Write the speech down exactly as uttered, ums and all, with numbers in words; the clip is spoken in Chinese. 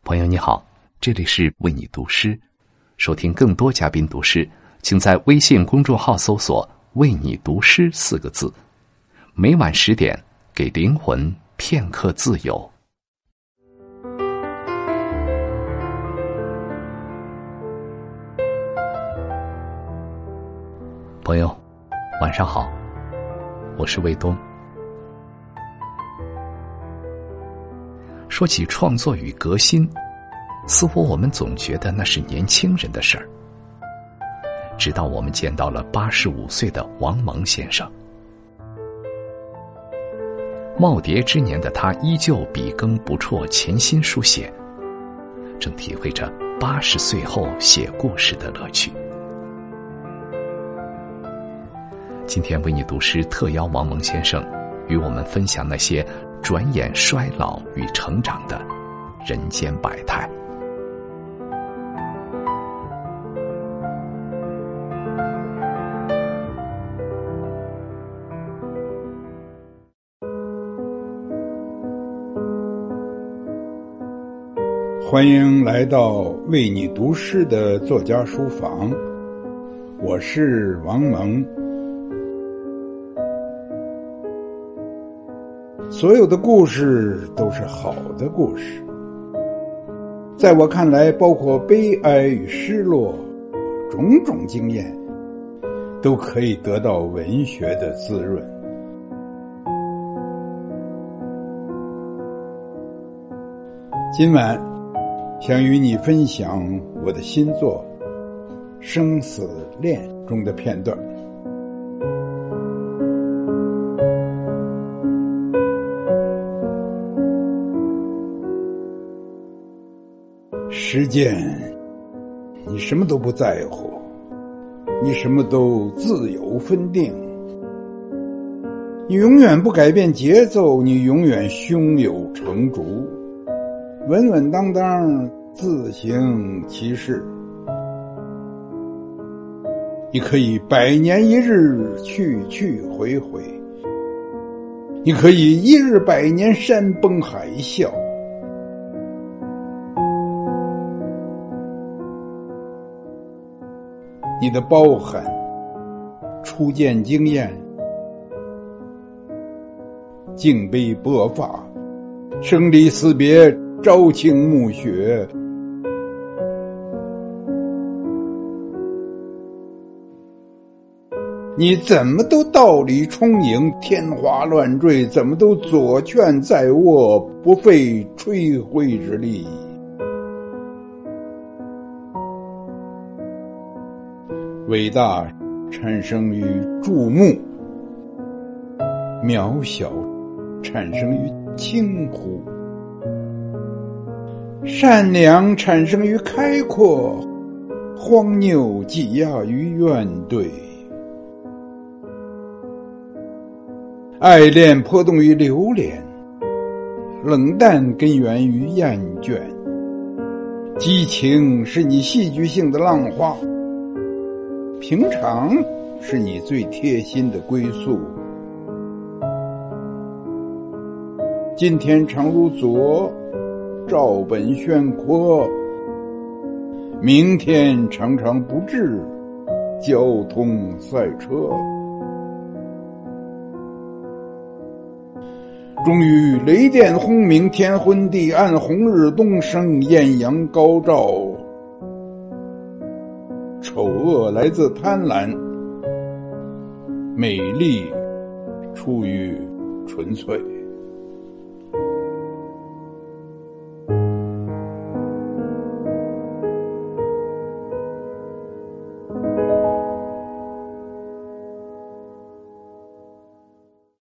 朋友你好，这里是为你读诗。收听更多嘉宾读诗，请在微信公众号搜索为你读诗四个字。每晚十点，给灵魂片刻自由。朋友晚上好，我是卫东。说起创作与革新，似乎我们总觉得那是年轻人的事儿。直到我们见到了八十五岁的王蒙先生。耄耋之年的他依旧笔耕不辍，潜心书写，正体会着八十岁后写故事的乐趣。今天为你读诗特邀王蒙先生与我们分享那些转眼衰老与成长的人间百态。 欢迎来到为你读诗的作家书房，我是王蒙。所有的故事都是好的故事，在我看来，包括悲哀与失落，种种经验都可以得到文学的滋润。今晚想与你分享我的新作《生死恋》中的片段。时间，你什么都不在乎，你什么都自由分定，你永远不改变节奏，你永远胸有成竹，稳稳当当，自行其事。你可以百年一日，去去回回，你可以一日百年，山崩海啸。你的包含，初见经验，敬悲薄发，生离死别，朝晴暮雪。你怎么都道理充盈，天花乱坠，怎么都左劝在握，不费吹灰之力。伟大产生于注目，渺小产生于轻忽，善良产生于开阔，荒谬挤压于怨怼，爱恋波动于流连，冷淡根源于厌倦，激情是你戏剧性的浪花，平常是你最贴心的归宿。今天常如昨，照本宣科，明天常常不至，交通赛车。终于雷电轰鸣，天昏地暗，红日东升，艳阳高照。丑恶来自贪婪，美丽出于纯粹。